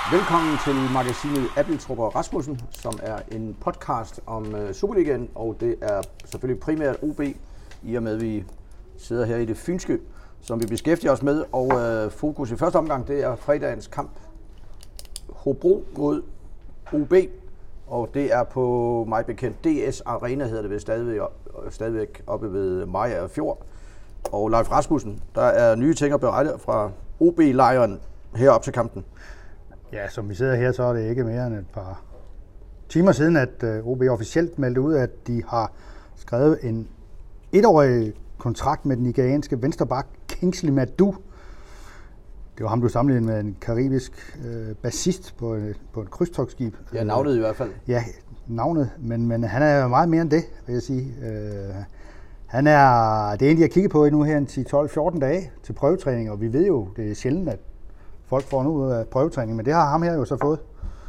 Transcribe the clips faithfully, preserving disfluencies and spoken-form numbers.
Velkommen til magasinet Appeltrup og Rasmussen, som er en podcast om uh, Superligaen, og det er selvfølgelig primært O B, i og med at vi sidder her i det fynske, som vi beskæftiger os med, og uh, fokus i første omgang, det er fredagens kamp Hobro mod O B, og det er på mig bekendt D S Arena, hedder det ved stadigvæk, stadigvæk oppe ved Mariager Fjord. Og Leif Rasmussen, der er nye ting at berette fra O B-lejren heroppe til kampen. Ja, som vi sidder her, så er det ikke mere end et par timer siden, at O B officielt meldte ud, at de har skrevet en etårig kontrakt med den nigerianske venstreback Kingsley Madu. Det var ham, du sammenlignede med en karibisk øh, bassist på, på et krydstogtskib. Ja, navnet i hvert fald. Ja, navnet, men, men han er meget mere end det, vil jeg sige. Øh, han er, det er en, de har kigget på nu her en ti tolv fjorten dage til prøvetræning, og vi ved jo, det er sjældent, at folk får nu ud af prøvetræning, men det har ham her jo så fået.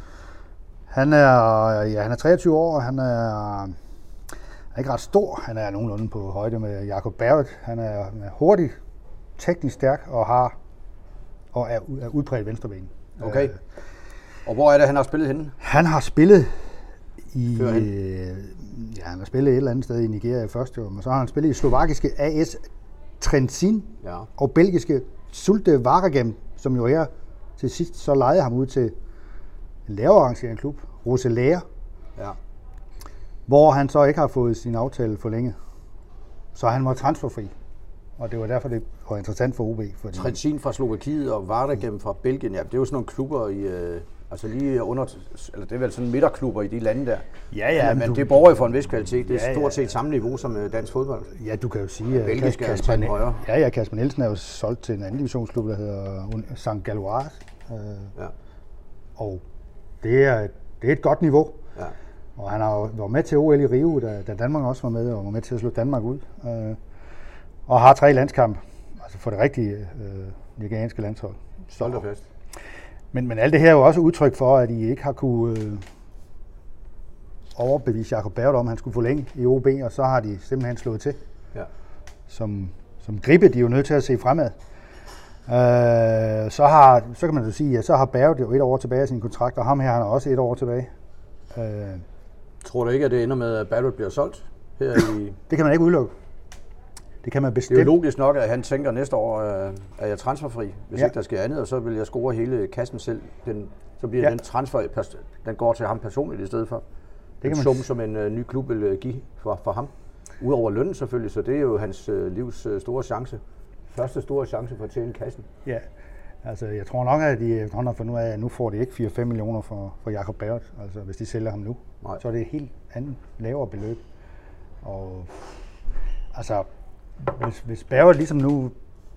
Han er, ja, han er treogtyve år, og han er, han er ikke ret stor. Han er nogenlunde på højde med Jacob Barrett. Han er, er hurtig, teknisk stærk og har og er, er udpræget venstreben. Okay. Og hvor er det, han har spillet henne? Han har spillet i, ja, han har spillet et eller andet sted i Nigeria først, jo, men så har han spillet i slovakiske A S Trenčín, ja, og belgiske Zulte Waregem, som jo her til sidst så lejede ham ud til en lavere arrangeret klub, Roeselare, ja, hvor han så ikke har fået sin aftale forlænget. Så han var transferfri, og det var derfor, det var interessant for O B. Fordi Trenčín fra Slovakiet og Waregem fra Belgien, ja, det er jo sådan nogle klubber i, øh, altså lige under, eller det er vel sådan midterklubber i de lande der. Ja, ja. Men, men du, det borger jo for en vis kvalitet. Det er ja, stort set ja, samme niveau som dansk fodbold. Ja, du kan jo sige, at Kasper, Kasper, Kasper, ja, ja, Kasper Nielsen er jo solgt til en anden divisionsklub, der hedder Sankt Galois. Øh, ja. Og det er, det er et godt niveau. Ja. Og han har jo været med til O L i Rio, da, da Danmark også var med, og var med til at slå Danmark ud. Øh, og har tre landskampe, altså for det rigtige øh, nigerianske landshold. Stolt og fast. Men, men alt det her er jo også udtryk for, at I ikke har kunne øh, overbevise Jacob Barrett om, at han skulle forlænge i O B, og så har de simpelthen slået til. Ja. Som, som gribe, de er jo nødt til at se fremad. Øh, så, har, så kan man jo sige, at så har Barrett jo et år tilbage af sin kontrakt, og ham her han har også et år tilbage. Øh, Tror du ikke, at det ender med, at Barrett bliver solgt her i... Det kan man ikke udelukke. Det kan man bestemt. Det er jo logisk nok, at han tænker, at næste år øh, er jeg transferfri, hvis ja. ikke der sker andet, og så vil jeg score hele kassen selv. Den, så bliver ja. den transfer, den går til ham personligt i stedet for. Det kan en sum, som en øh, ny klub vil give for, for ham. Udover lønnen selvfølgelig, så det er jo hans øh, livs øh, store chance. Første store chance for at tjene kassen. Ja, altså jeg tror nok, at de har fundet ud af, at nu får de ikke fire til fem millioner for, for Jacob Barrett, altså hvis de sælger ham nu. Nej. Så er det et helt andet, lavere beløb. Og altså... Hvis, hvis Barrett ligesom nu,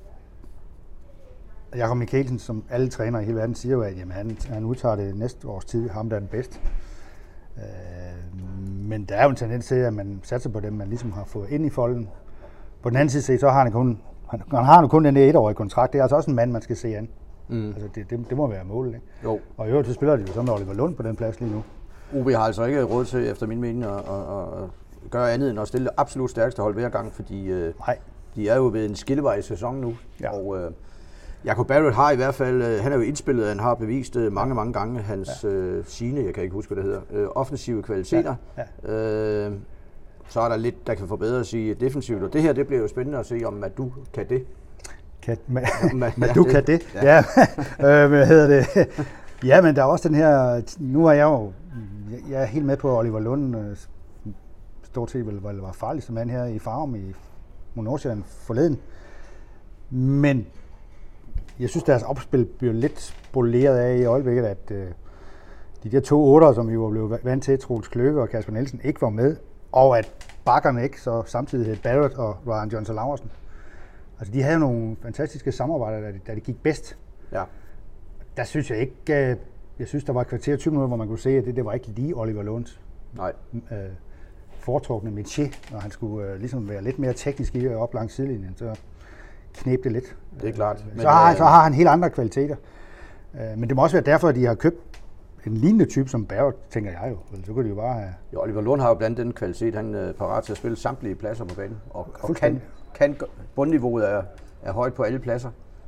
Jakob Mikkelsen, som alle trænere i hele verden siger jo, at jamen, han, han udtager det næste års tid, ham der er den bedste. Øh, men der er jo en tendens til, at man satser på dem, man ligesom har fået ind i folden. På den anden side, så har han kun, han, han har nu kun den der etårige kontrakt. Det er altså også en mand, man skal se an. Mm. Altså, det, det, det må være målet, ikke? Jo. Og i øvrigt, så spiller de jo så med Oliver Lund på den plads lige nu. O B har altså ikke råd til, efter min mening, at, at, at gøre andet end at stille det absolut stærkeste hold hver gang, fordi øh, de er jo ved en skillevej i sæsonen nu. Ja. Og øh, Jacob Barrett har i hvert fald, øh, han er jo indspillet, han har bevist øh, mange, mange gange hans, ja. øh, sine, jeg kan ikke huske, hvad det hedder, øh, offensive kvaliteter. Ja. Ja. Øh, så er der lidt, der kan forbedres i defensivt, og det her, det bliver jo spændende at se, om Madu kan det. Kan, Madu kan det? Ja. ja. øh, hvad hedder det? Ja, men der er også den her, nu er jeg jo, jeg er helt med på Oliver Lund, øh, stort set vel var farligste mand her i Farum i Nordsjælland forleden. Men jeg synes, deres opspil bliver lidt spoleret af i øjeblikket, at øh, de der to otter, som vi var blevet vant til, Troels Kløve og Kasper Nielsen, ikke var med, og at bakkerne ikke så samtidig hed Barrett og Ryan Johnson Laursen. Altså, de havde nogle fantastiske samarbejder, da det, da det gik bedst. Ja. Der synes jeg ikke, øh, jeg synes, der var et kvarter tyve minutter, hvor man kunne se, at det, det var ikke lige Oliver Lunds. Nej. Øh, foretrukne métier, når han skulle øh, ligesom være lidt mere teknisk i op langs sidelinjen, så kneb det lidt. Det er klart. Så, men, har, øh, så har han helt andre kvaliteter. Øh, men det må også være derfor, at de har købt en lignende type som Barrett, tænker jeg jo. Så kunne de jo bare have... Jo, Oliver Lund har jo blandt den kvalitet, han er parat til at spille samtlige pladser på banen, og, og kan, kan bundniveauet er, er højt på alle pladser.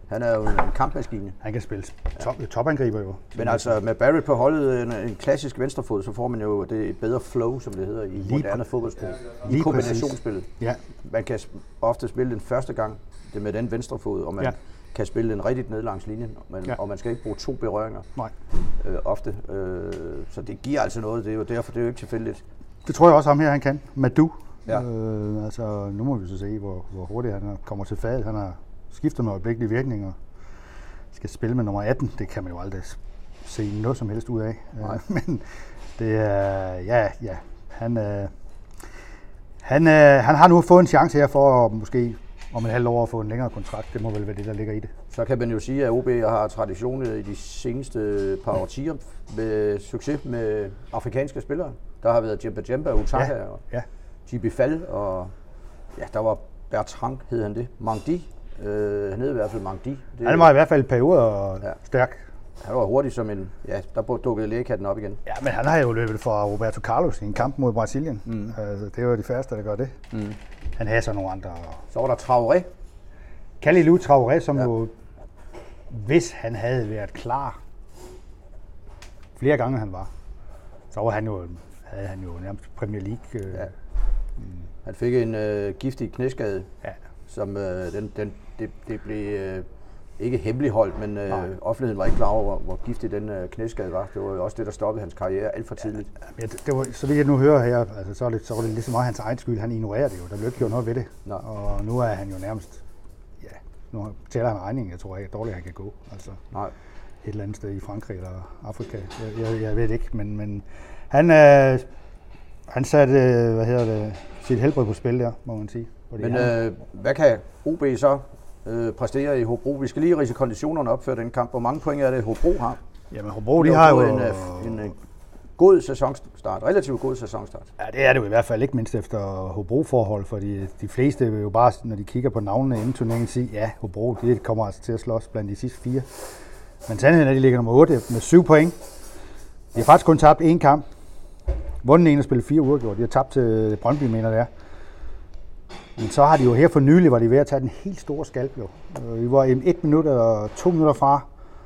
Han er jo en kampmaskine. Han kan spille top, ja. topangriber jo. Men altså med Barrett på holdet, en, en klassisk venstrefod, så får man jo det bedre flow, som det hedder i lige moderne fodboldspil. I kombinationsspillet. Ja. Man kan ofte spille den første gang det med den venstrefod, og man ja. kan spille den rigtigt ned langs linjen, men, ja. og man skal ikke bruge to berøringer. Nej. Øh, ofte. Øh, så det giver altså noget. Det er jo derfor, det er jo ikke tilfældigt. Det tror jeg også ham her, han kan. Madu. Ja. Øh, altså, nu må vi så se, hvor, hvor hurtigt han kommer til fad. Han har skiftet med øjeblikkelig virkning og skal spille med nummer atten. Det kan man jo aldrig se noget som helst ud af. Nej. Men det er, ja, ja. Han, øh, han, øh, han har nu fået en chance her for at måske om en halv år at få en længere kontrakt. Det må vel være det, der ligger i det. Så kan man jo sige, at O B har tradition i de seneste par årtier med succes med afrikanske spillere. Der har været Djemba Djemba, Utaka ja. og ja. Djibi Fall, og ja, der var Bertrand, hed han det, Mangdi. Øh, han hed i hvert fald Mangdi. Det, han var i hvert fald i perioder ja. stærk. Han var hurtig som en, ja, der dukkede lægekatten op igen. Ja, men han har jo løbet for Roberto Carlos i en kamp mod Brasilien. Mm. Altså, det er jo de færreste, der gør det. Mm. Han havde så nogle andre. Så var der Traoré. Kalilou Traoré, som ja. jo, hvis han havde været klar flere gange han var, så var han jo, havde han jo nærmest Premier League. Øh, ja. mm. Han fik en øh, giftig knæskade, ja. som øh, den, den, det, det blev øh, ikke hemmeligholdt, men øh, offentligheden var ikke klar over, hvor, hvor giftig den øh, knæskade var. Det var jo også det, der stoppede hans karriere alt for tidligt. Ja, det, det var, så vidt jeg nu hører her, altså, så, er det, så var det lige så meget hans egen skyld. Han ignorerer det jo. Der blev ikke gjort noget ved det. Nej. Og nu er han jo nærmest, ja, nu tæller han regningen. Jeg tror ikke, dårligt han kan gå. Altså, nej. Et eller andet sted i Frankrig eller Afrika. Jeg, jeg, jeg ved ikke, men, men han, øh, han satte, hvad hedder det, sit helbred på spil der, må man sige. Men han, øh, hvad kan O B så øh, præstere i Hobro? Vi skal lige ridse konditionerne op før den kamp. Hvor mange point er det, Hobro har? Jamen Hobro, de har jo en, en, en god sæsonstart, relativt god sæsonstart. Ja, det er det jo i hvert fald ikke mindst efter Hobro-forhold, fordi de fleste vil jo bare, når de kigger på navnene inden turneringen, sige, ja, Hobro, de kommer altså til at slås blandt de sidste fire. Men sandheden er, at de ligger nummer otte med syv point. De har faktisk kun tabt én kamp. Vundet en og spillet fire uafgjort. De har tabt til Brøndby, mener det er. Men så har de jo her for nylig, var de ved at tage den helt store skalp. Jo. Vi var i et minut og to minutter fra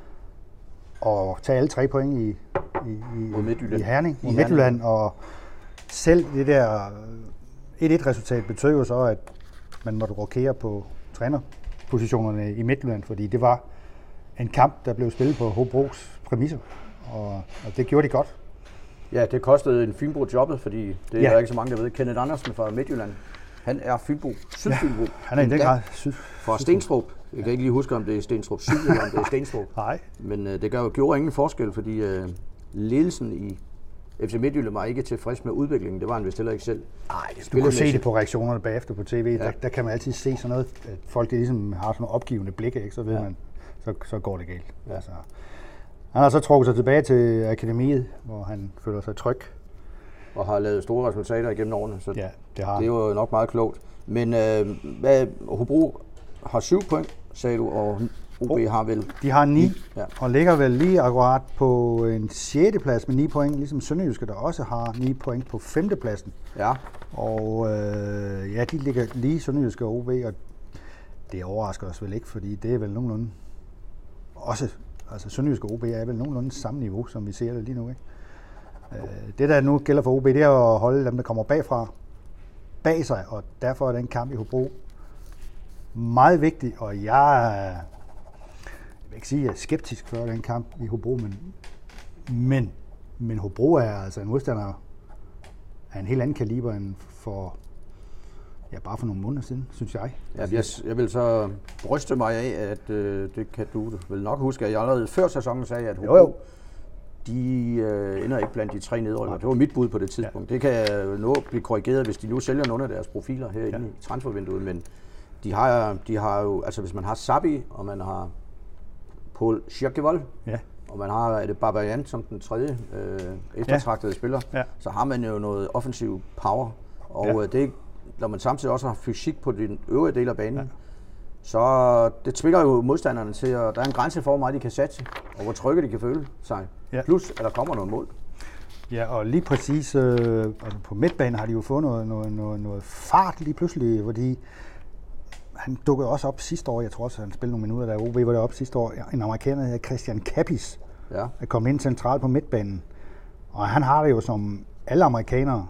og tage alle tre point i, i, i, i Herning, i Midtjylland. Og selv det der et et resultat betød jo så, at man måtte rokere på trænerpositionerne i Midtjylland, fordi det var en kamp, der blev spillet på Hobros præmisser, og, og det gjorde de godt. Ja, det kostede en Fynbo jobbet, fordi det er ja. ikke så mange, der ved. Kenneth Andersen fra Midtjylland, han er Fynbo, Sydfynbo. Ja, han er i den grad syd. Fra Stenstrup. Jeg kan ikke lige huske, om det er Stenstrup Syd eller om det er Stenstrup. Nej. Men uh, det gør, gjorde ingen forskel, fordi uh, ledelsen i F C Midtjylland var ikke tilfreds med udviklingen. Det var han vist heller ikke selv. Nej, du kunne se det på reaktionerne bagefter på tv. Ja. Der, der kan man altid se sådan noget, at folk der ligesom har sådan nogle opgivende blikke, ikke? Så ved ja. man, så, så går det galt. Ja. Altså, han har så trukket sig tilbage til akademiet, hvor han føler sig tryg. Og har lavet store resultater igennem årene, så ja, det, har det er jo nok meget klogt. Men øh, hvad, Hobro har syv point, sagde du, og O B har vel... De har ni, ja. og ligger vel lige akkurat på en sjette plads med ni point, ligesom Sønderjyske, der også har ni point på femte pladsen. Ja. Og øh, ja, de ligger lige Sønderjyske og O B, og det overrasker os vel ikke, fordi det er vel nogenlunde også... Altså Sønderjyske og O B er vel nogenlunde samme niveau, som vi ser det lige nu, ikke? Det, der nu gælder for O B, det er at holde dem, der kommer bagfra, bag sig, og derfor er den kamp i Hobro meget vigtig, og jeg, jeg vil ikke sige, at jeg er skeptisk for den kamp i Hobro, men, men, men Hobro er altså en modstander af en helt anden kaliber end for, ja, bare for nogle måneder siden, synes jeg. Ja, jeg, jeg vil så bryste mig af, at øh, det kan du vel nok huske, at jeg allerede før sæsonen sagde, at Hobro, jo, jo. de øh, ender ikke blandt de tre nedrykkere. Det var mit bud på det tidspunkt. Ja. Det kan nå blive korrigeret, hvis de nu sælger nogle af deres profiler herinde ja. i transfervinduet, men de har, de har jo, altså hvis man har Sabi, og man har Paul Schirkevold, ja. og man har er det Barbarian som den tredje øh, eftertragtede ja. spiller, ja. så har man jo noget offensiv power, og ja. det, når man samtidig også har fysik på den øvrige del af banen, ja. så det tvinger jo modstanderne til, at der er en grænse for, hvor meget de kan satse, og hvor trygge de kan føle sig. Ja. Plus, at der kommer nogle mål. Ja, og lige præcis øh, altså på midtbanen har de jo fået noget, noget, noget, noget fart lige pludselig, fordi han dukkede også op sidste år. Jeg tror også, han spillede nogle minutter, da O B var deroppe sidste år. En amerikaner, der hedder Christian Kappis, ja. der kom ind centralt på midtbanen. Og han har det jo som alle amerikanere.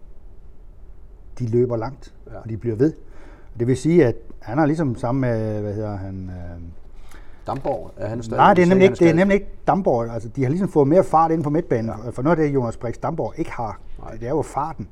De løber langt, ja. Og de bliver ved. Det vil sige, at han er ligesom sammen med, hvad hedder han... Øh... Damborg? Er han stadig? Nej, det er, nemlig ikke, det er nemlig ikke Damborg. Altså, de har ligesom fået mere fart ind på midtbanen. Ja. For noget af det, Jonas Brix Damborg ikke har, nej. Det er jo farten.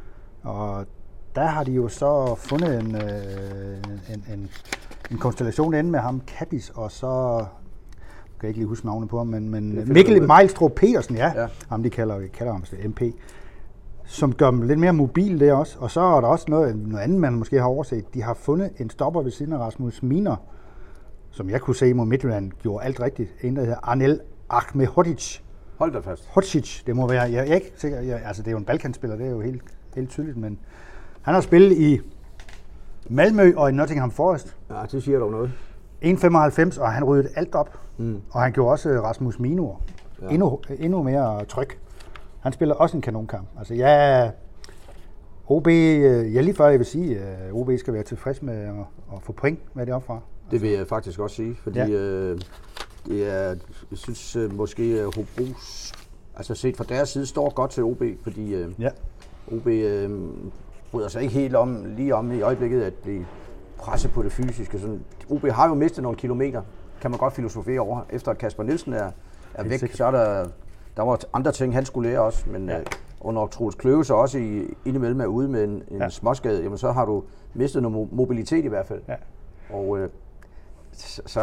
Og der har de jo så fundet en, øh, en, en, en konstellation inde med ham, Kappis, og så... Jeg kan ikke lige huske navnet på ham, men, men Mikkel Mejlstrup Petersen, ja. ja. Ham de kalder, kalder ham M P. Som gør dem lidt mere mobil der også. Og så er der også noget, noget andet, man måske har overset. De har fundet en stopper ved siden af Rasmus Miner, som jeg kunne se mod Midtjylland, gjorde alt rigtigt. En, der hedder Arnel Ahmedhodzic. Hold da fast. Hodzic, det må være. Jeg er ikke sikker. Jeg, altså, det er jo en Balkanspiller, det er jo helt, helt tydeligt. Men han har spillet i Malmø og i Nottingham Forest. Ja, det siger dog noget. en komma femoghalvfems, og han ryddede alt op. Mm. Og han gjorde også Rasmus Minor ja. endnu, endnu mere tryg. Han spiller også en kanonkamp. Altså ja, O B, jeg lige før jeg vil sige, at O B skal være tilfreds med at, at få point, hvad det er opfra. Det vil jeg faktisk også sige, fordi ja. øh, det er, jeg synes øh, måske Hobros, altså set fra deres side, står godt til O B, fordi øh, ja. O B øh, bryder sig ikke helt om, lige om i øjeblikket at blive presset på det fysiske. Sådan, O B har jo mistet nogle kilometer, kan man godt filosofere over. Efter at Kasper Nielsen er, er væk, sikkert. Så er der, der var andre ting, han skulle lære også, men ja. øh, og når Troels Kløve så også i, indimellem er ude med en, en ja. småskade, jamen så har du mistet noget mobilitet i hvert fald. Ja. Og øh, så, så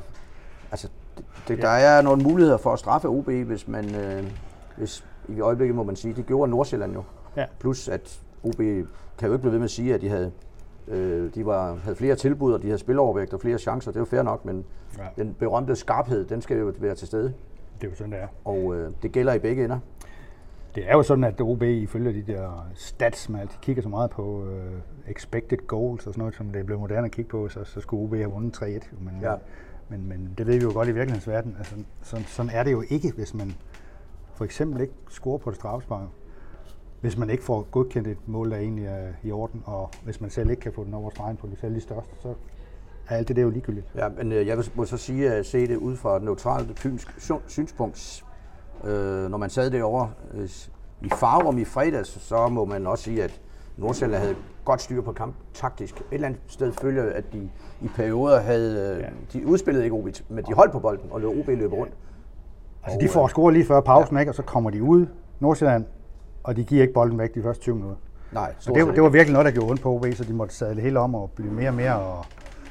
altså, det, ja. der er nogle muligheder for at straffe O B, hvis man, øh, hvis i øjeblikket må man sige, det gjorde Nordsjælland jo. Ja. Plus at O B kan jo ikke blive ved med at sige, at de havde, øh, de var, havde flere tilbud, og de havde spilovervægt og flere chancer. Det er jo fair nok, men ja. den berømte skarphed, den skal jo være til stede. Det er jo sådan, det er. Og øh, det gælder i begge ender. Det er jo sådan, at O B ifølge de der stats, man altid kigger så meget på uh, expected goals og sådan noget, som det er blevet moderne at kigge på, så, så skulle O B have vundet tre et. Men, ja. men, men det ved vi jo godt i virkelighedens verden. Altså, sådan, sådan er det jo ikke, hvis man for eksempel ikke scorer på et straffespark. Hvis man ikke får godkendt et mål, der egentlig er i orden, og hvis man selv ikke kan få den over stregen på det selv de største, så er alt det der jo ligegyldigt. Ja, men øh, jeg må så sige, at se det ud fra et neutralt fynsk synspunkt. Øh, når man sad derovre øh, i Farum i fredags, så må man også sige, at Nordsjælland havde godt styr på kamp taktisk. Et eller andet sted følger, at de i perioder havde, øh, de udspillede ikke O B, men de holdt på bolden og lod O B løbe rundt. Altså og, de får scoret lige før pausen, ja. ikke, og så kommer de ud, Nordsjælland, og de giver ikke bolden væk de første tyve minutter. Nej, det, det var virkelig noget, der gjorde ondt på O B, så de måtte sadle det hele om og blive mere og mere, og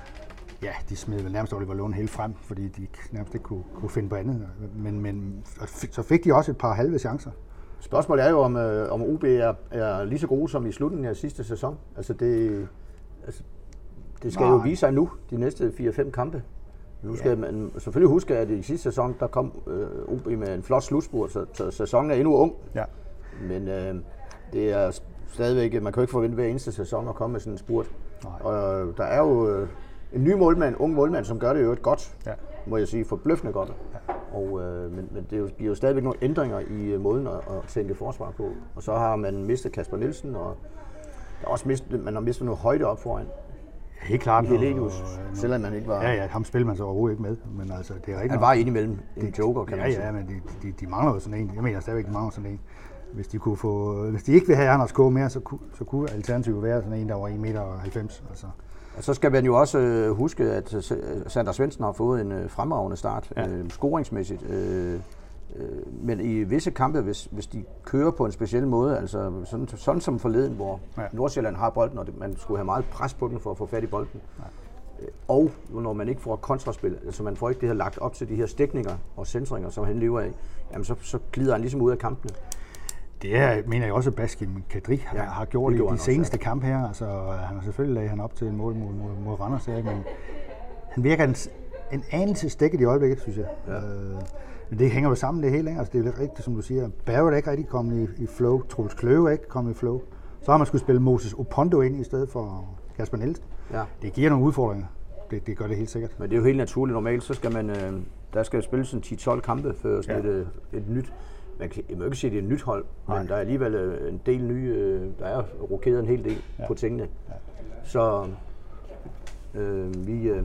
ja, de smed vel nærmest Oliver Lund helt frem, fordi de nærmest ikke kunne, kunne finde på andet. Men, men så fik de også et par halve chancer. Spørgsmålet er jo, om, øh, om O B er, er lige så gode som i slutningen af sidste sæson. Altså det, altså det skal Nej. jo vise sig nu, de næste fire fem kampe. Nu skal ja. man selvfølgelig huske, at i sidste sæson, der kom øh, O B med en flot slutspurt, så, så sæsonen er endnu ung. Ja. Men øh, det er stadigvæk, man kan jo ikke forvente hver eneste sæson at komme med sådan en spurt. Nej. Og øh, der er jo øh, en ny målmand, ung målmand, som gør det jo et godt, ja. må jeg sige, forbløffende godt. Ja. Og, øh, men, men det er jo, giver jo stadigvæk nogle ændringer i øh, måden at, at tænke forsvar på. Og så har man mistet Kasper Nielsen, og der er også mistet, man har mistet noget højde op foran. Helt klart. Helenius, selvom man ikke var... Ja, ja, ham spiller man så overhovedet ikke med, men altså, det er rigtigt. Han var indimellem en joker, kan ja, man sige. Ja, men de, de, de mangler jo sådan en. Jeg mener stadigvæk, de mangler sådan en. Hvis de, kunne få, hvis de ikke vil have Anders K mere, så kunne, så kunne alternativet være sådan en, der var en komma halvfems meter. Altså. Og så skal man jo også øh, huske, at Sander Svendsen har fået en øh, fremragende start, ja. øh, scoringsmæssigt. Øh, øh, men i visse kampe, hvis, hvis de kører på en speciel måde, altså sådan, sådan som forleden, hvor ja. Nordsjælland har bolden, og det, man skulle have meget pres på den for at få fat i bolden. Ja. Og når man ikke får et kontraspil, altså man får ikke det her lagt op til de her stikninger og centringer, som han lever af, jamen så, så glider han ligesom ud af kampene. Det er, mener jeg også, at Baskin Kadri ja, har gjort i de seneste også, ja. kampe her. Altså, han har selvfølgelig lagde han op til en mål mod, mod, mod Randers, men han virker en, en anelse stikket i øjeblikket, synes jeg. Ja. Øh, men det hænger jo sammen det hele, ikke? Altså, det er jo rigtigt, som du siger. Berge er ikke rigtig kommet i, i flow. Troels Kløve er ikke kommet i flow. Så har man skulle spille Moses Opondo ind i stedet for Kasper Nielsen. Ja. Det giver nogle udfordringer. Det, det gør det helt sikkert. Men det er jo helt naturligt. Normalt så skal man, øh, der skal spilles en ti tolv kampe før sådan ja. et, et nyt. Man kan, jeg må ikke sige, at det er et nyt hold, Nej. men der er alligevel en del nye, der er rokeret en hel del ja. på tingene. Ja. Så Øh, vi... Øh,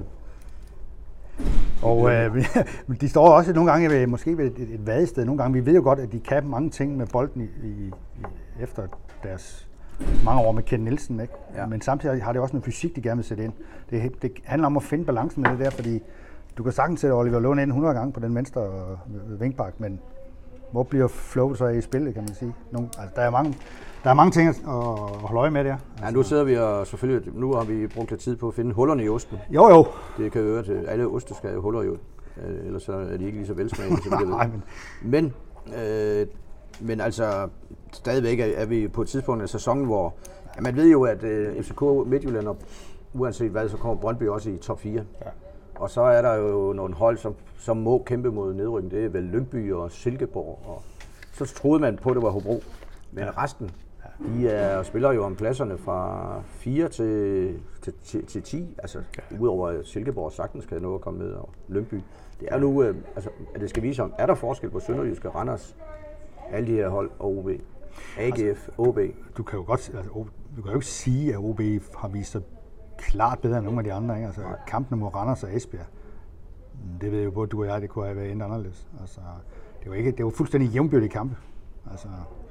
Og øh, de står også nogle gange ved, måske ved et, et vadested. Nogle gange, vi ved jo godt, at de kan mange ting med bolden i, i, efter deres mange år med Ken Nielsen, ikke? Ja. Men samtidig har det også noget fysik, de gerne vil sætte ind. Det, det handler om at finde balancen med det der, fordi du kan sagtens sætte Oliver Lund ind hundrede gange på den venstre vinkbak, men hvor bliver flowet så i spillet, kan man sige? Nogle, altså, der er mange, der er mange ting at holde øje med der. Altså. Ja, nu sidder vi og selvfølgelig, nu har vi brugt lidt tid på at finde hullerne i osten. Jo, jo. Det kan jo til alle oste skal have huller i, ellers så er de ikke lige så velsmagende, som jeg ved. Men, øh, men altså, stadigvæk er, er vi på et tidspunkt af sæsonen, hvor ja, man ved jo, at øh, F C K Midtjylland, og uanset hvad, så kommer Brøndby også i top fire. Ja. Og så er der jo nogle hold, som, som må kæmpe mod nedrykning. Det er vel Lyngby og Silkeborg. Og så troede man på, at det var Hobro. Men ja. resten, de er, spiller jo om pladserne fra fire til, til, til, til ti. Altså, ja. Udover at Silkeborg sagtens kan nå at komme med, og Lyngby. Det er nu, øh, altså, at det skal vise om, er der forskel på Sønderjyske, Randers, alle de her hold og O B? A G F, O B. Du kan jo godt, altså, du kan jo ikke sige, at O B har vist sig klart bedre end nogle af de andre, ikke? Altså nej. Kampene mod Randers og Esbjerg, det ved jo både du og jeg, det kunne have været endt anderledes. Altså, det var ikke, det var fuldstændig jævnbyrdige kampe. Altså,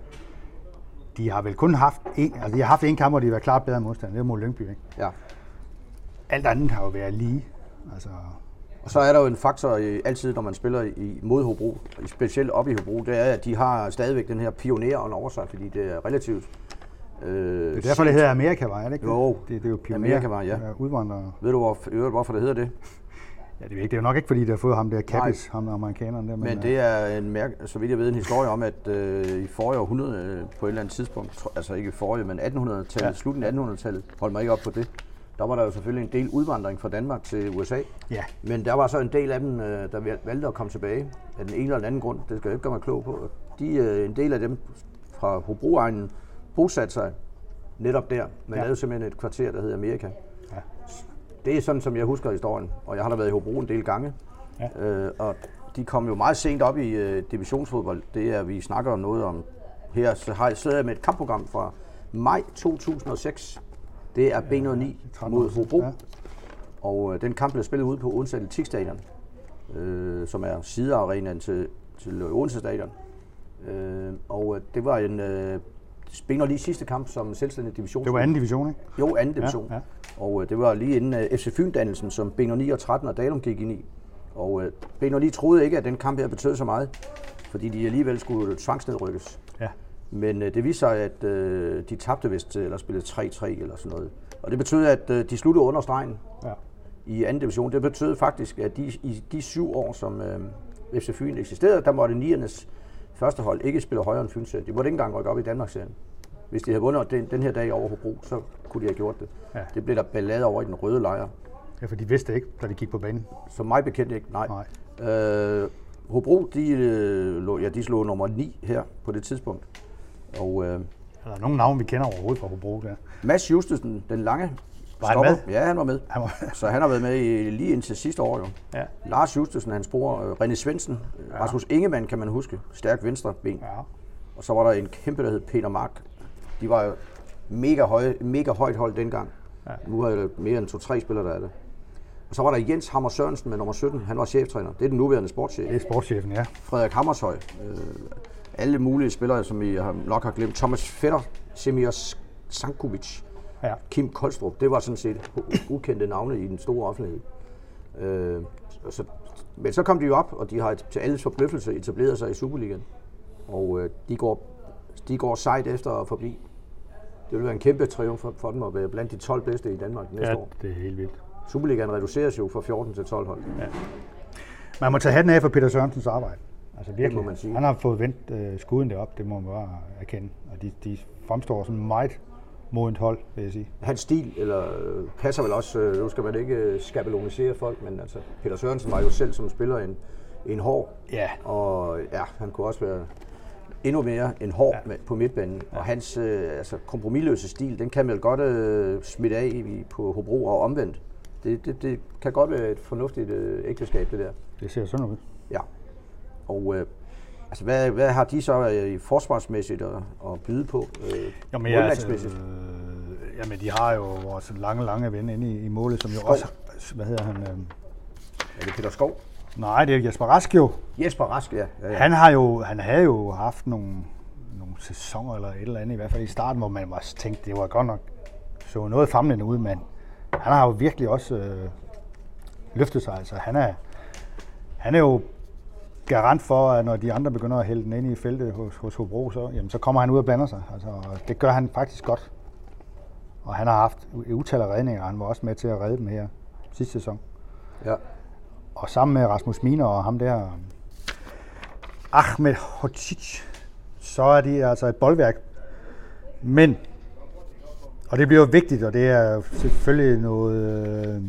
de har vel kun haft en, altså de har haft en kamp, hvor de har været klart bedre end modstandere, det var mod Lyngby, ikke? Ja. Alt andet har jo været lige. Altså. Og så er der jo en faktor i, altid, når man spiller i, mod Hobro, specielt op i Hobro, det er, at de har stadigvæk den her pionerånd over sig, fordi det er relativt. Øh, det er derfor, det hedder Amerikavej, er det ikke? Jo, det, det er jo pioner, Amerikavej, ja. Udvandrere. Ved du, hvor, hvorfor det hedder det? Ja, det er, ikke, det er jo nok ikke, fordi det har fået ham der Kappis, ham amerikaneren der. Men, men det er en mærke, så vidt jeg ved, en historie om, at øh, i forrige århundrede, øh, på et eller andet tidspunkt, altså ikke i forrige, men attenhundredetallet, ja. Slutningen af attenhundredetallet, hold mig ikke op på det, der var der jo selvfølgelig en del udvandring fra Danmark til U S A. Ja. Men der var så en del af dem, øh, der valgte at komme tilbage af den ene eller den anden grund. Det skal jeg ikke gøre mig klog på. De, øh, en del af dem fra Hobro-egnen bosatte sig netop der. Man ja. lavede simpelthen et kvarter, der hedder Amerika. Ja. Det er sådan, som jeg husker historien, og jeg har da været i Hobro en del gange. Ja. Øh, og de kom jo meget sent op i øh, divisionsfodbold. Det er, vi snakker om noget om her, så har jeg siddet med et kampprogram fra maj to tusind og seks. Det er B nul ni ja, mod Hobro. Ja. Og øh, den kamp blev spillet ude på Odense Atletikstadion, øh, som er sidearenaen til, til Odense Stadion. Øh, og øh, det var en øh, B nul ni sidste kamp som selvstændig division. Det var anden division, ikke? Jo, anden division. Ja, ja. Og øh, det var lige inden øh, F C Fyn-dannelsen, som B nul ni og tretten og Dalum gik ind i. Og øh, B nul ni troede ikke, at den kamp her betød så meget, fordi de alligevel skulle tvangsnedrykkes. Ja. Men øh, det viste sig, at øh, de tabte vist, eller spillede tre tre eller sådan noget. Og det betød, at øh, de sluttede under stregen ja. i anden division. Det betød faktisk, at de, i de syv år, som øh, F C Fyn eksisterede, der måtte niernes første hold ikke spille højere end Fyn-serien. De måtte ikke engang rykke op i Danmarksserien. Hvis de havde vundet den, den her dag over Hobro, så kunne de have gjort det. Ja. Det blev der ballade over i den røde lejr. Ja, for de vidste ikke, da de gik på banen. Som mig bekendt ikke, nej. nej. Øh, Hobro, de, øh, ja, de slog nummer ni her på det tidspunkt. Og, øh, er der nogen navn, vi kender overhovedet fra Hobro der? Mads Justesen, den lange. Var han med? Ja, han var med. Han var... Så han har været med i, lige indtil sidste år jo. Ja. Lars Justesen, hans bror, øh, René Svendsen, ja. Rasmus Ingemann kan man huske, stærk venstre ben. Ja. Og så var der en kæmpe, der hed Peter Mark. De var jo mega, høje, mega højt hold dengang. Ja. Nu er det mere end to-tre spillere, der er det. Og så var der Jens Hammer Sørensen med nummer sytten. Han var cheftræner. Det er den nuværende sportschef. Det er sportschefen, ja. Frederik Hammershøj. Øh, alle mulige spillere, som I nok har glemt. Thomas Fetter, Semir Sankovic, ja. Kim Koldstrup. Det var sådan set ukendte navne i den store offentlighed. Øh, så, men så kom de jo op, og de har til alles forbløffelse etableret sig i Superligaen. Og øh, de, går, de går sejt efter at forblive. Det vil være en kæmpe triumf for, for dem at være blandt de tolv bedste i Danmark næste ja, år. Det er helt vildt. Superligaen reduceres jo fra fjorten til tolv hold. Ja. Man må tage hatten af for Peter Sørensens arbejde. Altså virkelig. Må man sige. Han har fået vendt øh, skuden derop, det må man bare erkende. Og de, de fremstår som meget modent hold, vil jeg sige. Hans stil eller, øh, passer vel også, øh, nu skal man ikke øh, skabelonisere folk, men altså, Peter Sørensen var jo selv som spiller en, en hård. Ja. Og ja, han kunne også være endnu mere en hård ja. med, på midtbanen. Ja. Og hans øh, altså, kompromisløse stil, den kan vel godt øh, smitte af i, på Hobro og omvendt. Det, det, det kan godt være et fornuftigt øh, ægteskab, det der. Det ser sådan ud. Ja. Og øh, altså, hvad, hvad har de så øh, forsvarsmæssigt at, at byde på? Øh, Jamen, ja, altså, øh, Jamen, de har jo vores lange, lange ven inde i, i målet, som jo Skov. også, hvad hedder han? Øh... Er det Peter Skov? Nej, det er Jesper Rask jo. Jesper Rask, ja. ja, ja. Han, har jo, han havde jo haft nogle, nogle sæsoner eller et eller andet, i hvert fald i starten, hvor man var tænkt, det var godt nok så noget famlende ud, men han har jo virkelig også øh, løftet sig. Altså, han er, han er jo garant for, at når de andre begynder at hælde den ind i feltet hos, hos Hobro, så, jamen, så kommer han ud og blander sig. Altså, det gør han faktisk godt. Og han har haft utal af redninger, han var også med til at redde dem her sidste sæson. Ja. Og sammen med Rasmus Miner og ham der, Ahmed Hodzic, så er de altså et boldværk. Men, og det bliver jo vigtigt, og det er selvfølgelig noget, øh,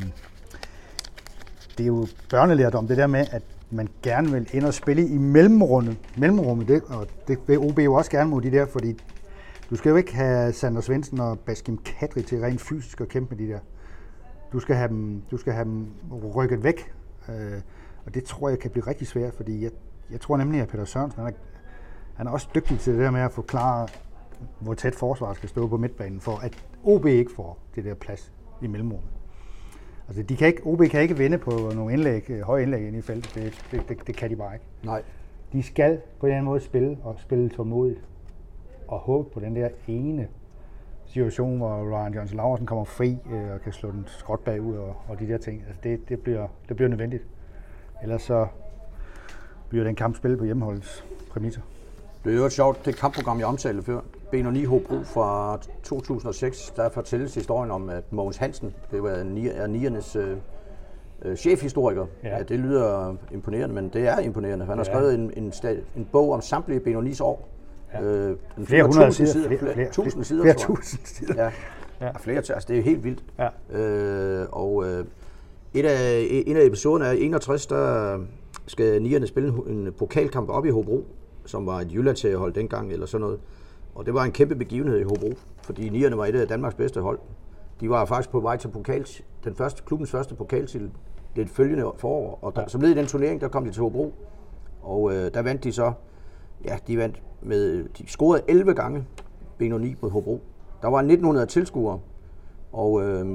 det er jo børnelærdom, det der med, at man gerne vil ind og spille i mellemrummet, mellemrummet det, og det vil O B jo også gerne mod de der, fordi du skal jo ikke have Sander Svendsen og Baskim Kadri til rent fysisk at kæmpe med de der. Du skal have dem, du skal have dem rykket væk, øh, og det tror jeg kan blive rigtig svært, fordi jeg, jeg tror nemlig, at Peter Sørensen, han er, han er også dygtig til det der med at forklare, hvor tæt forsvaret skal stå på midtbanen, for at O B ikke får det der plads i mellemrummet. Altså, de kan ikke, O B kan ikke vinde på nogle indlæg, høje indlæg ind i feltet. Det, det, det, det kan de bare ikke. Nej. De skal på en eller anden måde spille og spille tålmodigt og håbe på den der ene situation, hvor Ryan Johnsen Laursen kommer fri øh, og kan slå den skråt bagud og, og de der ting. Altså, det, det, bliver, det bliver nødvendigt. Ellers så bliver den kamp spillet på hjemmeholdets præmisser. Det er jo et sjovt, det kampprogram, jeg omtalte før. B ni Hobro fra to tusind og seks, der fortælles historien om, at Mogens Hansen, det var niernes øh, øh, chefhistoriker. Ja. Ja, det lyder imponerende, men det er imponerende. Han har ja. skrevet en, en, en bog om samtlige B ni's år. Ja. Øh, flere hundrede sider. sider flere, flere, flere, tusind sider, flere tusind sider. Ja. Ja. Flere, altså det er helt vildt. Ja. Øh, og øh, et af, en af episoderne af enogtres, der skal nierne spille en, en pokalkamp op i Hobro, som var et Jyllandsseriehold dengang eller sådan noget. Og det var en kæmpe begivenhed i Hobro, fordi nierne var et af Danmarks bedste hold. De var faktisk på vej til pokal, den første, klubbens første pokaltitel det følgende forår, og der, ja. som led i den turnering, der kom de til Hobro, og øh, der vandt de så, ja, de vandt med, de scorede elleve gange B ni mod Hobro. Der var nitten hundrede tilskuere, og øh,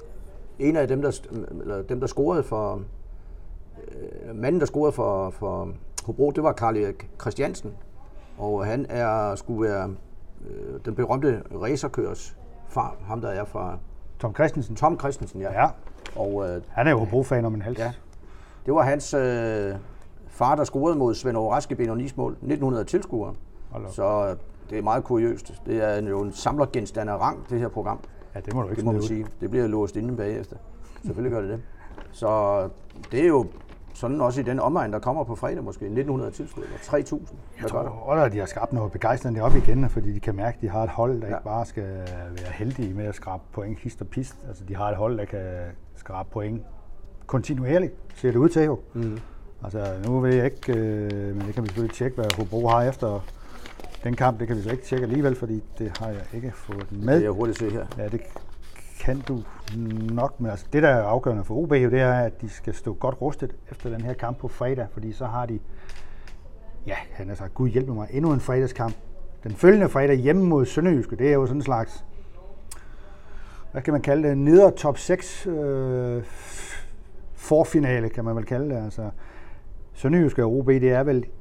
en af dem, der, eller dem, der scorede for, øh, manden, der scorede for, for Hobro, det var Karl Erik Christiansen, og han er, skulle være øh, den berømte racerkørers far, ham der er fra... Tom Christensen. Tom Christensen, ja. ja. Og, øh, han er jo Hobro-fan om en hals. Ja. Det var hans øh, far, der scorede mod Svend Åge Rask i B ni's mål, nitten hundrede tilskuere. Så det er meget kuriøst. Det er jo en samlergenstand af rang, det her program. Ja, det må du ikke det må man sige. Det bliver låst inde bagefter. Selvfølgelig gør det det. Så det er jo sådan også i den omegn, der kommer på fredag måske, nitten hundrede tilskuere, tre tusind. Jeg tror også, at de har skabt noget begejstring op igen, fordi de kan mærke, at de har et hold, der ja. ikke bare skal være heldige med at skrabe point hist og pist. Altså, de har et hold, der kan skrabe point kontinuerligt, ser det ud til jo. Mm. Altså, nu ved jeg ikke, øh, men det kan vi selvfølgelig tjekke, hvad Hobro har efter den kamp. Det kan vi så ikke tjekke alligevel, fordi det har jeg ikke fået med. Det kan jeg hurtigt se her. Ja, det kan du nok, men altså det, der er afgørende for O B, det er, at de skal stå godt rustet efter den her kamp på fredag, fordi så har de, ja, han har sagt, Gud hjælpe mig, endnu en fredagskamp. Den følgende fredag hjemme mod Sønderjyske, det er jo sådan en slags, hvad kan man kalde det, neder top seks øh, forfinale, kan man vel kalde det. Altså, Sønderjyske og O B, det er vel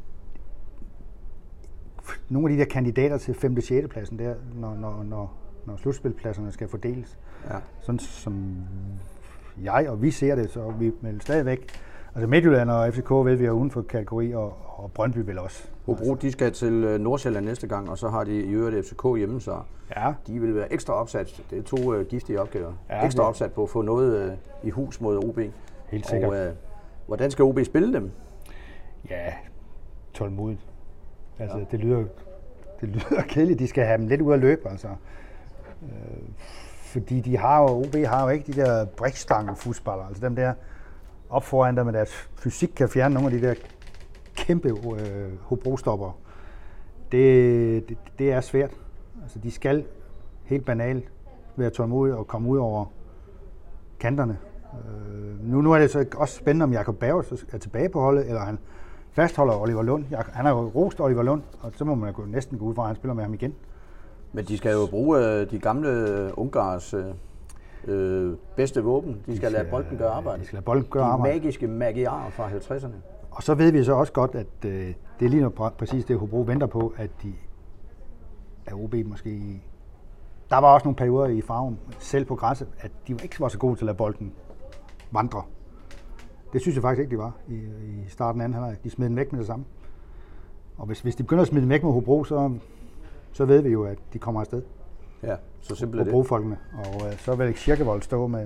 nogle af de der kandidater til femte sjette pladsen der, når, når, når når slutspilpladserne skal fordeles. Ja. Sådan som jeg og vi ser det, så vi vil stadigvæk, altså Midtjylland og F C K ved vi er uden for kategori, og, og Brøndby vil også. Hobro, de skal til Nordsjælland næste gang, og så har de i øvrigt F C K hjemme, så ja. de vil være ekstra opsat. Det er to uh, giftige opgaver. Ja, ekstra det. opsat på at få noget uh, i hus mod O B. Helt sikkert. Og uh, hvordan skal O B spille dem? Ja, tålmodigt. Altså, ja. det lyder det lyder kedeligt. De skal have dem lidt ud at løbe, altså. Øh, fordi de har jo, O B har jo ikke de der brikstange fodboldspillere, altså dem der op foran, der med deres fysik kan fjerne nogle af de der kæmpe øh, Hobro-stopper. Det, det, det er svært. Altså de skal helt banalt være tålmodige og komme ud over kanterne. Øh, nu, nu er det så også spændende, om Jakob Berg er tilbage på holdet, eller han fastholder Oliver Lund. Han har jo rost Oliver Lund, og så må man jo næsten gå ud fra, at han spiller med ham igen. Men de skal jo bruge øh, de gamle Ungars øh, øh, bedste våben. De skal, de skal lade bolden gøre arbejde. De skal lade bolden gøre de arbejde. De magiske magiarer fra halvtredserne. Og så ved vi så også godt, at øh, det er lige nu præcis det, Hobro venter på, at de er O B måske. Der var også nogle perioder i farven, selv på græsset, at de ikke var så gode til at lade bolden vandre. Det synes jeg faktisk ikke, de var i, i starten af anden halvleg. De smed den væk med det samme. Og hvis, hvis de begynder at smide den væk med Hobro, så, så ved vi jo, at de kommer afsted. Ja, så simpelt er det. Hobro-folkene. Og øh, så vil Kirkevold stå med,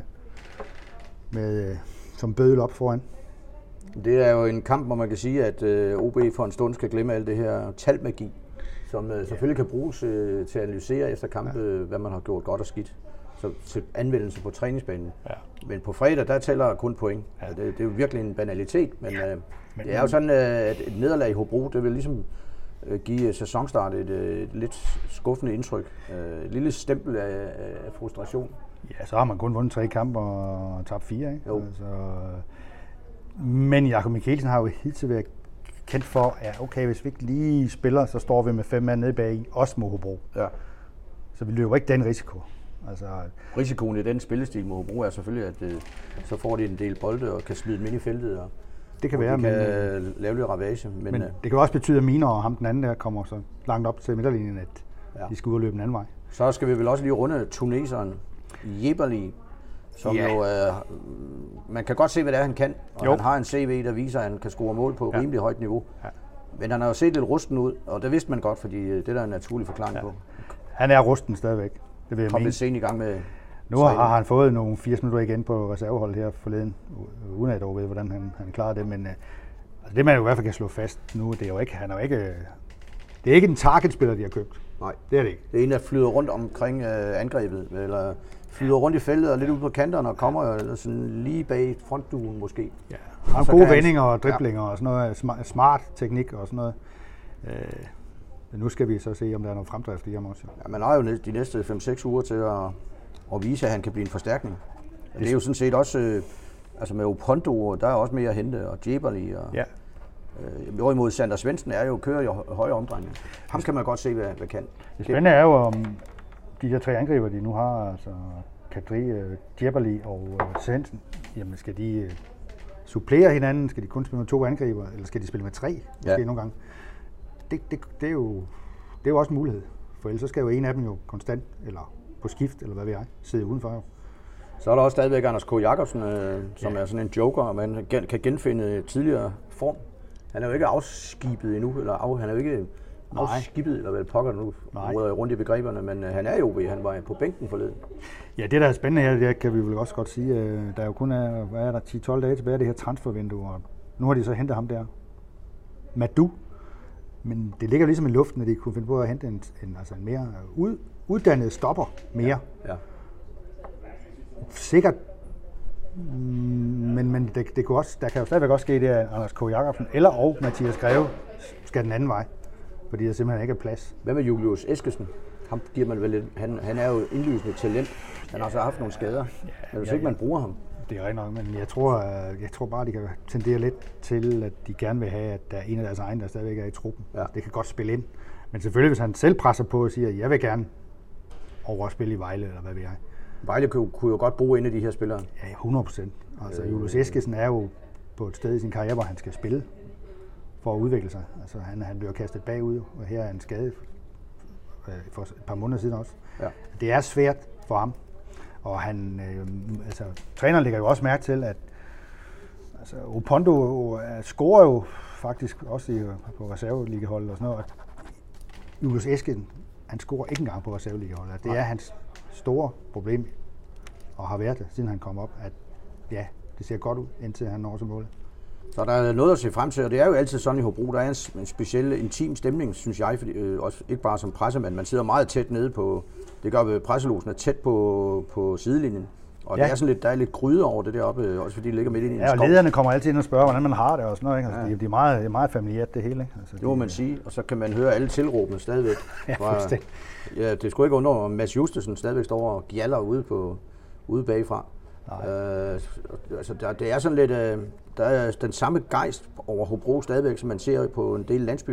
med øh, som bødel op foran. Det er jo en kamp, hvor man kan sige, at øh, O B for en stund skal glemme alt det her talmagi, som øh, selvfølgelig kan bruges øh, til at analysere efter kampe, ja. hvad man har gjort godt og skidt. Så til anvendelse på træningsbanen. Ja. Men på fredag, der tæller kun point. Ja. Det, det er jo virkelig en banalitet, men, ja. øh, men det er jo sådan, øh, at et nederlag i Hobro, det vil ligesom øh, give sæsonstart et, et lidt skuffende indtryk. Øh, et lille stempel af, af frustration. Ja, så har man kun vundet tre kampe og tabt fire, ikke? Jo. Altså, men Jakob Mikkelsen har jo hidtil været kendt for, at okay, hvis vi ikke lige spiller, så står vi med fem mand nede bag i, også mod Hobro. Ja. Så vi løber ikke den risiko. Altså, risikoen i den spillestil mod Hobro er selvfølgelig, at øh, så får de en del bolde og kan smide dem ind i feltet. Og, det kan og være, de men kan lave lidt ravage. Men, men øh, det kan også betyde, at Miner og ham den anden der kommer så langt op til midterlinjen, at ja. de skal ud og løbe den anden vej. Så skal vi vel også lige runde tuneseren Jeberli, som ja. jo øh, man kan godt se, hvad det er, han kan. Og jo. han har en C V, der viser, at han kan score mål på ja. rimelig højt niveau. Ja. Men han har jo set lidt rusten ud, og det vidste man godt, fordi det der er en naturlig forklaring ja. på. Han er rusten stadigvæk. Det vil jeg Kom mene. lidt sent i gang med... Nu har han fået nogle firs minutter igen på reserveholdet her forleden, uden at jeg dog ved, hvordan han, han klarer det. Men uh, altså det man jo i hvert fald kan slå fast nu, det er jo ikke, han er jo ikke, det er ikke en targetspiller, de har købt. Nej, det er det ikke. Det er en, der flyder rundt omkring uh, angrebet, eller flyder rundt i feltet og lidt ud på kanterne og kommer eller sådan lige bag frontduen måske. Ja. Han har gode vendinger og driblinger ja. og sådan noget, smart, smart teknik og sådan noget. Uh, men nu skal vi så se, om der er noget fremdrift i ham også. Ja, man har jo de næste fem seks uger til at og vise, at han kan blive en forstærkning. Det er jo sådan set også, øh, altså med Opondo, der er også mere at hente, og Jeberli, og ja. øh, hvorimod Sander Svendsen er jo kører i højere omdrejninger. Ham kan man godt se, hvad, hvad kan. Det spændende er jo, om de her tre angriber, de nu har, altså Kadri, øh, Jeberli og øh, Svendsen, jamen skal de øh, supplere hinanden? Skal de kun spille med to angriber, eller skal de spille med tre? Måske ja. nogle gange. Det, det, det, er jo, det er jo også en mulighed, for ellers så skal jo en af dem jo konstant, eller på skift, eller hvad ved jeg, sidde udenfor jo. Så er der også stadigvæk Anders K. Jacobsen, øh, som ja. er sådan en joker, og man kan genfinde tidligere form. Han er jo ikke afskibet endnu, eller af, han er jo ikke Nej. afskibet, eller hvad pokker nu, råder rundt i begreberne, men øh, han er jo ved, han var på bænken forleden. Ja, det der er spændende her, det kan vi vel også godt sige, øh, der er jo kun er, hvad er der, ti tolv dage tilbage af det her transfervindue, og nu har de så hentet ham der, Madu, men det ligger ligesom i luften, at de kunne finde på at hente en, en, altså en mere ud, uddannet stopper mere. Ja, ja. Sikkert, men, men det, det kunne også, der kan jo stadigvæk også ske det, at Anders K. Jacobsen eller og Mathias Greve skal den anden vej, fordi der simpelthen ikke er plads. Hvad med Julius Eskesen? Ham giver man vel lidt, han, han er jo indlysende talent. Han har så haft nogle skader, ja, men hvis ja, ikke man bruger ham. Det er rigtigt nok, men jeg tror, jeg tror bare, de kan tendere lidt til, at de gerne vil have, at der er en af deres egne, der stadigvæk er i truppen. Ja. Det kan godt spille ind. Men selvfølgelig, hvis han selv presser på og siger, at jeg vil gerne over at spille i Vejle, eller hvad ved jeg. Vejle kunne, kunne jo godt bruge en af de her spillere. Ja, hundrede procent. Altså, øh, Julius Eskesen er jo på et sted i sin karriere, hvor han skal spille for at udvikle sig. Altså, han, han bliver kastet bagud, og her er en skade for et par måneder siden også. Ja. Det er svært for ham. Og han, øh, altså, træneren lægger jo også mærke til, at altså, Opondo scorer jo faktisk også i, på reserveligaholdet og sådan noget. Julius Eskesen, han scorer ikke engang på reserveligaholdet. Det er hans store problem, og har været det, siden han kom op, at ja, det ser godt ud, indtil han når til målet. Så der er noget at se frem til, og det er jo altid sådan i Hobro. Der er en, en speciel intim stemning, synes jeg, fordi, øh, også ikke bare som pressemand. Man sidder meget tæt nede på, det gør ved presselosen, er tæt på, på sidelinjen. Og ja. det er sådan lidt, der er lidt gryde over det deroppe, også fordi det ligger midt inde i en skov. Ja, og lederne kommer altid ind og spørger, hvordan man har det og sådan noget. Ikke? Altså, ja. Det er meget, det er meget familiært det hele. Ikke? Altså, det må man sige, og så kan man høre alle tilråbene stadigvæk. Ja, fra, ja, det skulle ikke undre, om Mads Justesen stadigvæk står og gjaller ude, på, ude bagfra. Øh, altså, der, det er sådan lidt, øh, der er den samme gejst over Hobro stadigvæk, som man ser på en del landsbyhold.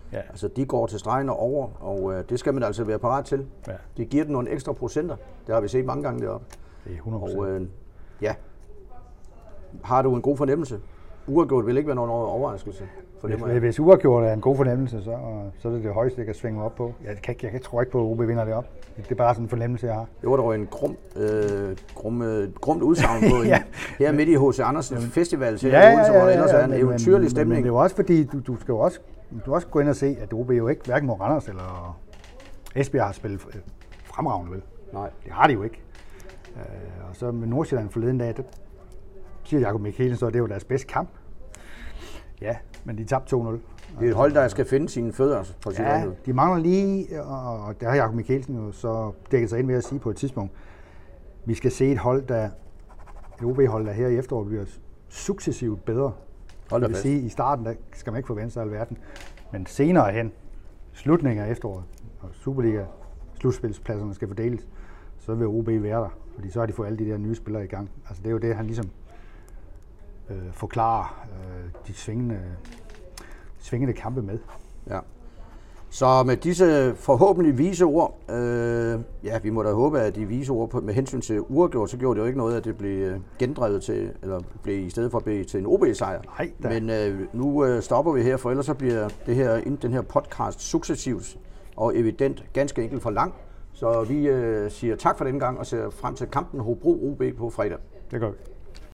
Ja. Altså, de går til stregen og over, og øh, det skal man altså være parat til. Ja. Det giver den nogle ekstra procenter. Det har vi set mange gange deroppe. Det er hundrede procent. Og øh, ja, har du en god fornemmelse? Uafgjort vil ikke være nogen overraskelse. Hvis, hvis uafgjort er en god fornemmelse, så, så er det det højeste, jeg kan svinge op på. Jeg, kan, jeg, jeg tror ikke på, at O B vinder det op. Det er bare sådan en fornemmelse, jeg har. Det var der jo en grum, øh, grum, øh, grumt udsagn på ja. en, her midt i H C Andersen Festival, til ja, ja, Odense, hvor der ellers ja, ja, er en men, eventyrlig men, stemning. Men det er jo også fordi, du, du skal jo også, du også gå ind og se, at O B jo ikke, hverken mod Randers eller Esbjerg har spillet fremragende, vel? Nej. Det har de jo ikke. Uh, og så med Nordsjælland forleden dag, det siger Jakob Mikkelsen, så det er jo deres bedste kamp. Ja, men de tabte to nul. Det er et hold, der skal finde sine fødder på sit Ja, de mangler lige, og der har Jakob Mikkelsen jo så dækket sig ind ved at sige på et tidspunkt, vi skal se et hold, der, et O B-hold, der her i efteråret bliver successivt bedre. Hold da det vil fast. sige, i starten der skal man ikke forvente sig alverden, men senere hen, slutningen af efteråret, og Superliga slutspilspladserne skal fordeles, så vil O B være der, fordi så har de fået alle de der nye spillere i gang. Altså det er jo det, han ligesom øh, forklarer øh, de svingende, svingende kampe med. Ja. Så med disse forhåbentlig vise ord, øh, ja, vi må da håbe, at de vise ord på, med hensyn til uafgjort, så gjorde det jo ikke noget, at det blev gendrevet til, eller blev i stedet for at blive til en O B-sejr. Nej, men øh, nu øh, stopper vi her, for ellers så bliver det her, den her podcast successivt og evident ganske enkelt for lang. Så vi øh, siger tak for denne gang og ser frem til kampen Hobro O B på fredag. Det gør vi.